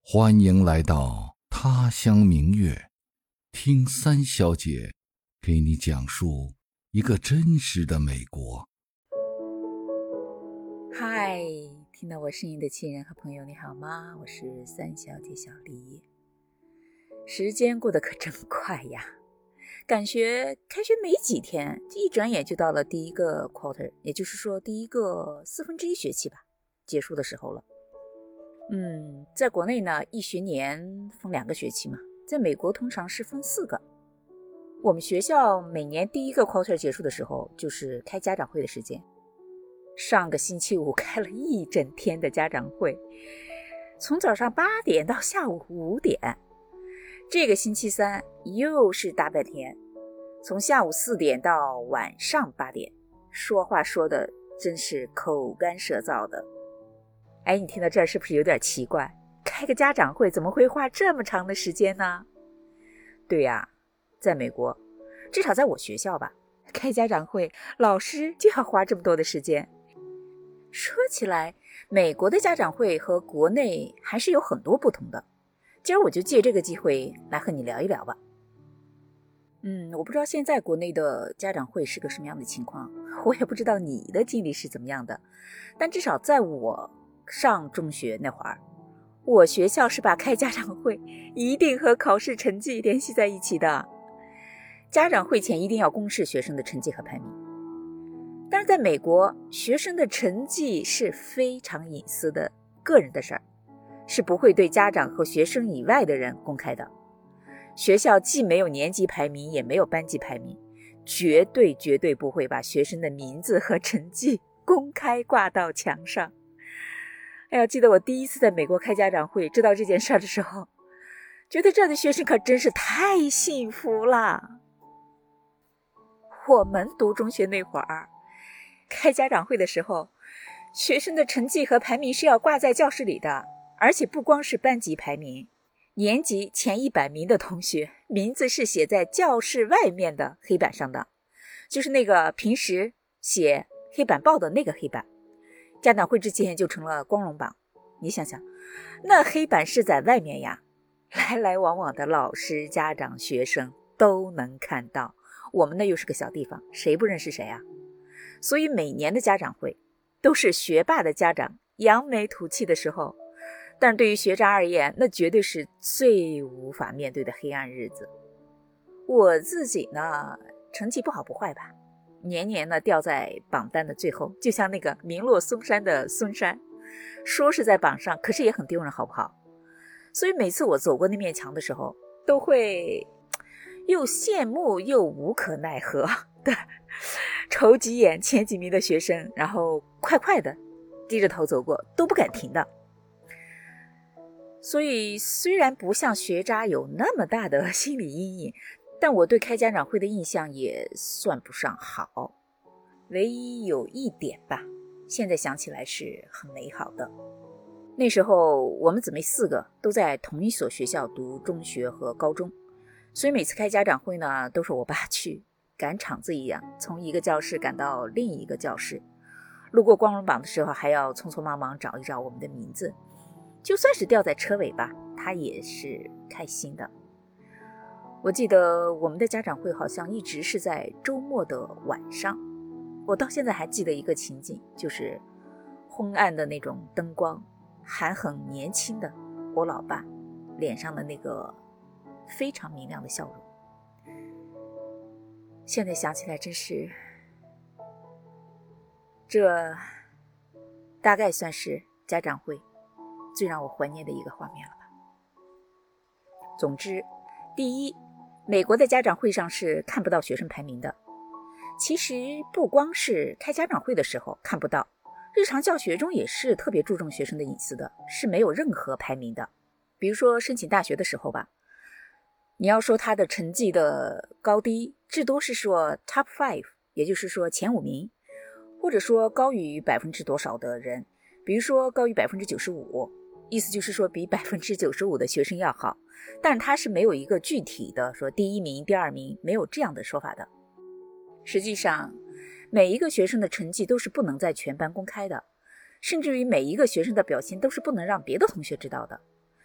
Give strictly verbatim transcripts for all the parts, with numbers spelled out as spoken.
欢迎来到他乡明月，听三小姐给你讲述一个真实的美国。 嗨，听到我声音的亲人和朋友你好吗？我是三小姐小黎。时间过得可真快呀，感觉开学没几天，一转眼就到了第一个 quarter， 也就是说第一个四分之一学期吧，结束的时候了。嗯，在国内呢，一学年分两个学期嘛，在美国通常是分四个。我们学校每年第一个 quarter 结束的时候，就是开家长会的时间。上个星期五开了一整天的家长会，从早上八点到下午五点。这个星期三又是大半天，从下午四点到晚上八点，说话说的真是口干舌燥的。哎，你听到这儿是不是有点奇怪？开个家长会怎么会花这么长的时间呢？对呀，在美国，至少在我学校吧，开家长会老师就要花这么多的时间。说起来，美国的家长会和国内还是有很多不同的。今儿我就借这个机会来和你聊一聊吧。嗯，我不知道现在国内的家长会是个什么样的情况，我也不知道你的经历是怎么样的，但至少在我上中学那会儿，我学校是把开家长会一定和考试成绩联系在一起的。家长会前一定要公示学生的成绩和排名。但是在美国，学生的成绩是非常隐私的个人的事儿，是不会对家长和学生以外的人公开的。学校既没有年级排名，也没有班级排名，绝对绝对不会把学生的名字和成绩公开挂到墙上。哎呀，记得我第一次在美国开家长会，知道这件事的时候，觉得这儿的学生可真是太幸福了。我们读中学那会儿，开家长会的时候，学生的成绩和排名是要挂在教室里的，而且不光是班级排名，年级前一百名的同学名字是写在教室外面的黑板上的，就是那个平时写黑板报的那个黑板，家长会之前就成了光荣榜。你想想，那黑板是在外面呀，来来往往的老师、家长、学生都能看到。我们那又是个小地方，谁不认识谁啊？所以每年的家长会都是学霸的家长扬眉吐气的时候，但对于学渣而言，那绝对是最无法面对的黑暗日子。我自己呢，成绩不好不坏吧，年年呢掉在榜单的最后，就像那个名落孙山的孙山，说是在榜上，可是也很丢人，好不好？所以每次我走过那面墙的时候，都会又羡慕又无可奈何的瞅几眼前几名的学生，然后快快的低着头走过，都不敢停的。所以虽然不像学渣有那么大的心理阴影，但我对开家长会的印象也算不上好。唯一有一点吧，现在想起来是很美好的。那时候我们姊妹四个都在同一所学校读中学和高中，所以每次开家长会呢，都是我爸去，赶场子一样，从一个教室赶到另一个教室。路过光荣榜的时候，还要匆匆忙忙找一找我们的名字。就算是掉在车尾吧，他也是开心的。我记得我们的家长会好像一直是在周末的晚上。我到现在还记得一个情景，就是昏暗的那种灯光，还很年轻的我老爸脸上的那个非常明亮的笑容。现在想起来真是，这大概算是家长会最让我怀念的一个画面了吧。总之，第一，美国的家长会上是看不到学生排名的。其实不光是开家长会的时候看不到，日常教学中也是特别注重学生的隐私的，是没有任何排名的。比如说申请大学的时候吧，你要说他的成绩的高低，至多是说 top five， 也就是说前五名，或者说高于百分之多少的人，比如说高于百分之九十五，意思就是说比百分之九十五的学生要好，但他是没有一个具体的说第一名、第二名，没有这样的说法的。实际上，每一个学生的成绩都是不能在全班公开的，甚至于每一个学生的表现都是不能让别的同学知道的。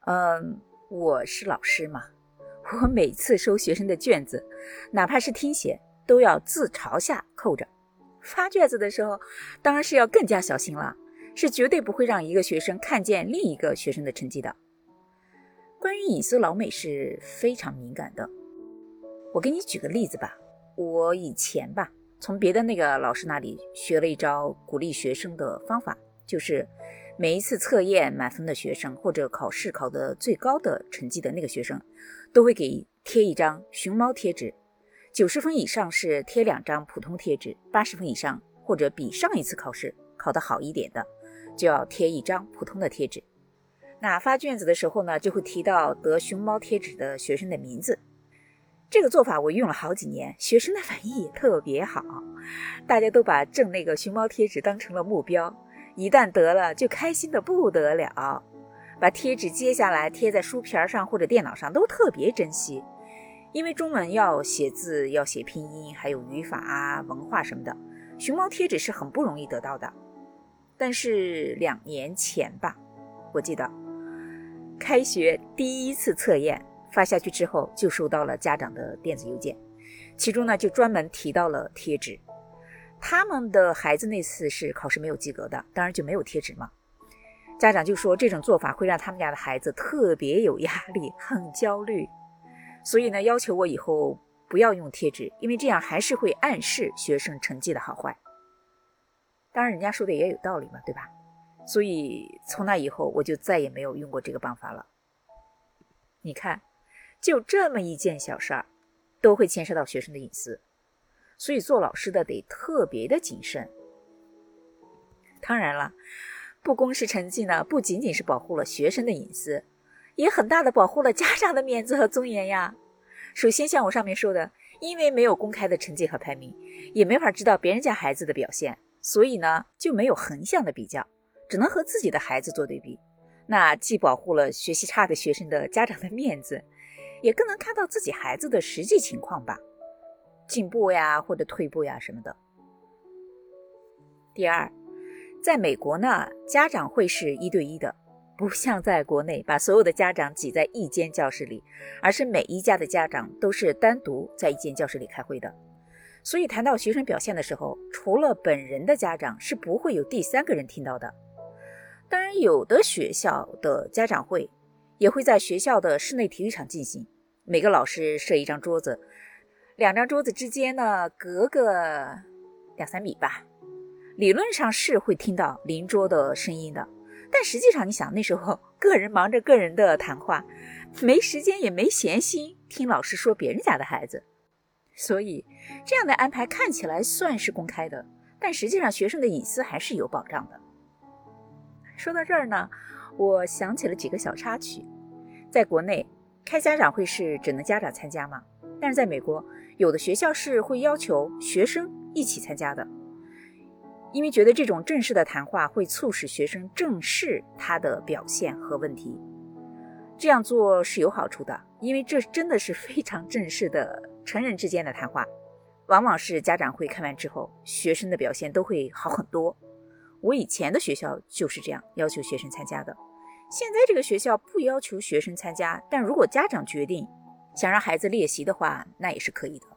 嗯，我是老师嘛，我每次收学生的卷子，哪怕是听写，都要自朝下扣着。发卷子的时候，当然是要更加小心了，是绝对不会让一个学生看见另一个学生的成绩的。关于隐私，老美是非常敏感的。我给你举个例子吧，我以前吧，从别的那个老师那里学了一招鼓励学生的方法，就是每一次测验满分的学生，或者考试考得最高的成绩的那个学生，都会给贴一张熊猫贴纸。九十分以上是贴两张普通贴纸，八十分以上或者比上一次考试考得好一点的，就要贴一张普通的贴纸。那发卷子的时候呢，就会提到得熊猫贴纸的学生的名字。这个做法我用了好几年，学生的反应也特别好，大家都把挣那个熊猫贴纸当成了目标，一旦得了就开心的不得了，把贴纸接下来贴在书皮上或者电脑上都特别珍惜。因为中文要写字，要写拼音，还有语法啊、文化什么的，熊猫贴纸是很不容易得到的。但是两年前吧，我记得开学第一次测验发下去之后，就收到了家长的电子邮件，其中呢就专门提到了贴纸。他们的孩子那次是考试没有及格的，当然就没有贴纸嘛。家长就说这种做法会让他们家的孩子特别有压力，很焦虑，所以呢要求我以后不要用贴纸，因为这样还是会暗示学生成绩的好坏。当然人家说的也有道理嘛，对吧？所以从那以后我就再也没有用过这个办法了。你看，就这么一件小事儿都会牵涉到学生的隐私，所以做老师的得特别的谨慎。当然了，不公示成绩呢，不仅仅是保护了学生的隐私，也很大的保护了家长的面子和尊严呀。首先像我上面说的，因为没有公开的成绩和排名，也没法知道别人家孩子的表现，所以呢就没有横向的比较，只能和自己的孩子做对比。那既保护了学习差的学生的家长的面子，也更能看到自己孩子的实际情况吧，进步呀或者退步呀什么的。第二，在美国呢，家长会是一对一的，不像在国内把所有的家长挤在一间教室里，而是每一家的家长都是单独在一间教室里开会的。所以谈到学生表现的时候，除了本人的家长是不会有第三个人听到的。当然有的学校的家长会也会在学校的室内体育场进行，每个老师设一张桌子，两张桌子之间呢隔个两三米吧，理论上是会听到邻桌的声音的，但实际上你想，那时候个人忙着个人的谈话，没时间也没闲心听老师说别人家的孩子，所以这样的安排看起来算是公开的，但实际上学生的隐私还是有保障的。说到这儿呢，我想起了几个小插曲。在国内开家长会是只能家长参加嘛，但是在美国有的学校是会要求学生一起参加的，因为觉得这种正式的谈话会促使学生正视他的表现和问题。这样做是有好处的，因为这真的是非常正式的成人之间的谈话，往往是家长会开完之后，学生的表现都会好很多。我以前的学校就是这样要求学生参加的，现在这个学校不要求学生参加，但如果家长决定想让孩子列席的话，那也是可以的。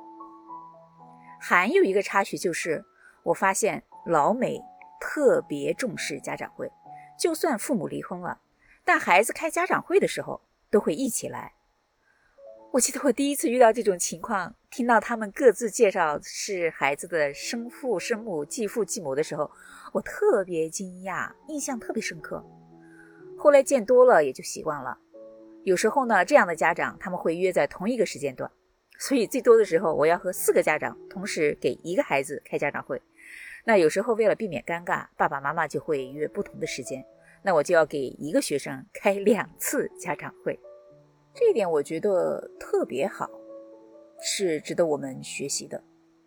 还有一个插曲就是，我发现老美特别重视家长会，就算父母离婚了，但孩子开家长会的时候都会一起来。我记得我第一次遇到这种情况，听到他们各自介绍是孩子的生父生母继父继母的时候，我特别惊讶，印象特别深刻。后来见多了也就习惯了。有时候呢，这样的家长他们会约在同一个时间段，所以最多的时候我要和四个家长同时给一个孩子开家长会。那有时候为了避免尴尬，爸爸妈妈就会约不同的时间，那我就要给一个学生开两次家长会。这一点我觉得特别好，是值得我们学习的。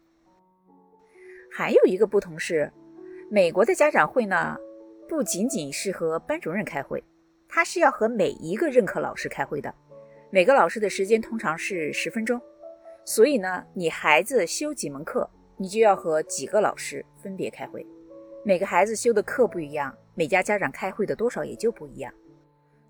还有一个不同是，美国的家长会呢，不仅仅是和班主任开会，他是要和每一个任课老师开会的。每个老师的时间通常是十分钟，所以呢，你孩子修几门课，你就要和几个老师分别开会。每个孩子修的课不一样，每家家长开会的多少也就不一样。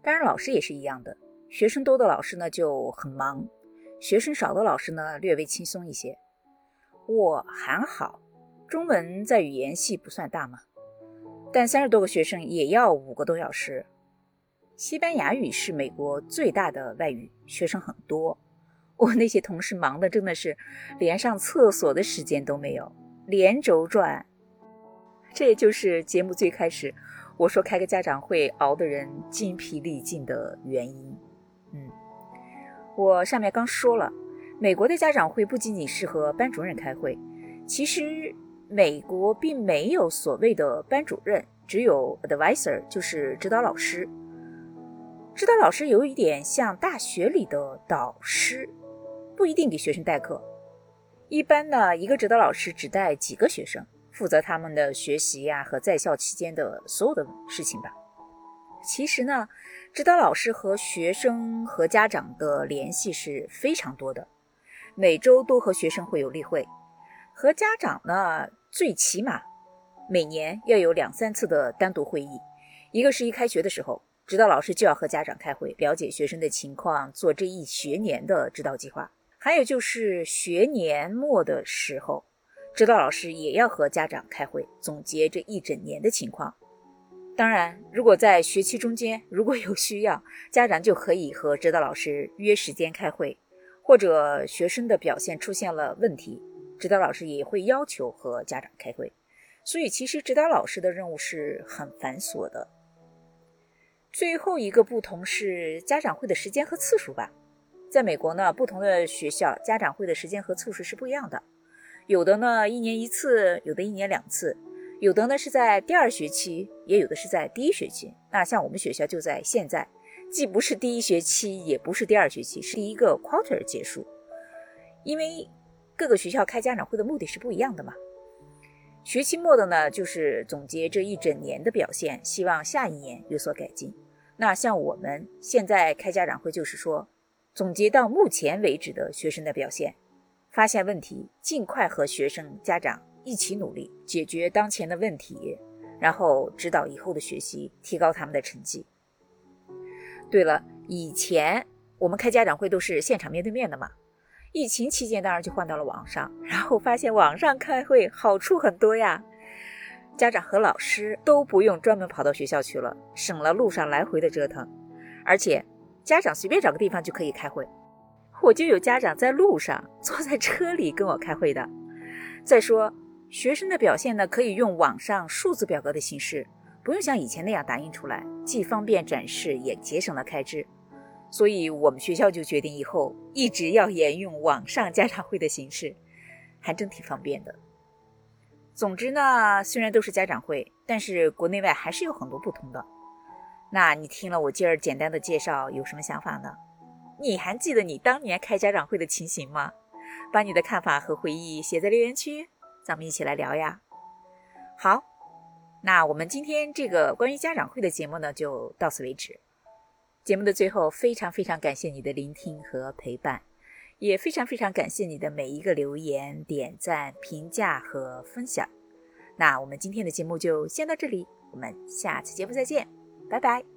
当然老师也是一样的，学生多的老师呢就很忙，学生少的老师呢略微轻松一些。我还好，中文在语言系不算大嘛，但三十多个学生也要五个多小时。西班牙语是美国最大的外语，学生很多，我那些同事忙的真的是连上厕所的时间都没有，连轴转。这也就是节目最开始我说开个家长会熬得人筋疲力尽的原因。嗯，我上面刚说了，美国的家长会不仅仅适合班主任开会，其实美国并没有所谓的班主任，只有 advisor， 就是指导老师。指导老师有一点像大学里的导师，不一定给学生代课。一般呢，一个指导老师只带几个学生，负责他们的学习呀、啊、和在校期间的所有的事情吧。其实呢，指导老师和学生和家长的联系是非常多的，每周都和学生会有例会，和家长呢最起码每年要有两三次的单独会议。一个是一开学的时候，指导老师就要和家长开会，了解学生的情况，做这一学年的指导计划。还有就是学年末的时候，指导老师也要和家长开会，总结这一整年的情况。当然，如果在学期中间如果有需要，家长就可以和指导老师约时间开会，或者学生的表现出现了问题，指导老师也会要求和家长开会。所以其实指导老师的任务是很繁琐的。最后一个不同是家长会的时间和次数吧。在美国呢，不同的学校家长会的时间和次数是不一样的，有的呢一年一次，有的一年两次，有的呢是在第二学期，也有的是在第一学期。那像我们学校就在现在，既不是第一学期，也不是第二学期，是第一个 quarter 结束。因为各个学校开家长会的目的是不一样的嘛。学期末的呢，就是总结这一整年的表现，希望下一年有所改进。那像我们现在开家长会，就是说总结到目前为止的学生的表现，发现问题，尽快和学生家长一起努力解决当前的问题，然后指导以后的学习，提高他们的成绩。对了，以前我们开家长会都是现场面对面的嘛，疫情期间当然就换到了网上，然后发现网上开会好处很多呀，家长和老师都不用专门跑到学校去了，省了路上来回的折腾，而且家长随便找个地方就可以开会。我就有家长在路上坐在车里跟我开会的。再说学生的表现呢，可以用网上数字表格的形式，不用像以前那样打印出来，既方便展示也节省了开支。所以我们学校就决定以后一直要沿用网上家长会的形式，还真挺方便的。总之呢，虽然都是家长会，但是国内外还是有很多不同的。那你听了我今儿简单的介绍，有什么想法呢？你还记得你当年开家长会的情形吗？把你的看法和回忆写在留言区，咱们一起来聊呀。好，那我们今天这个关于家长会的节目呢，就到此为止。节目的最后，非常非常感谢你的聆听和陪伴，也非常非常感谢你的每一个留言、点赞、评价和分享。那我们今天的节目就先到这里，我们下次节目再见，拜拜。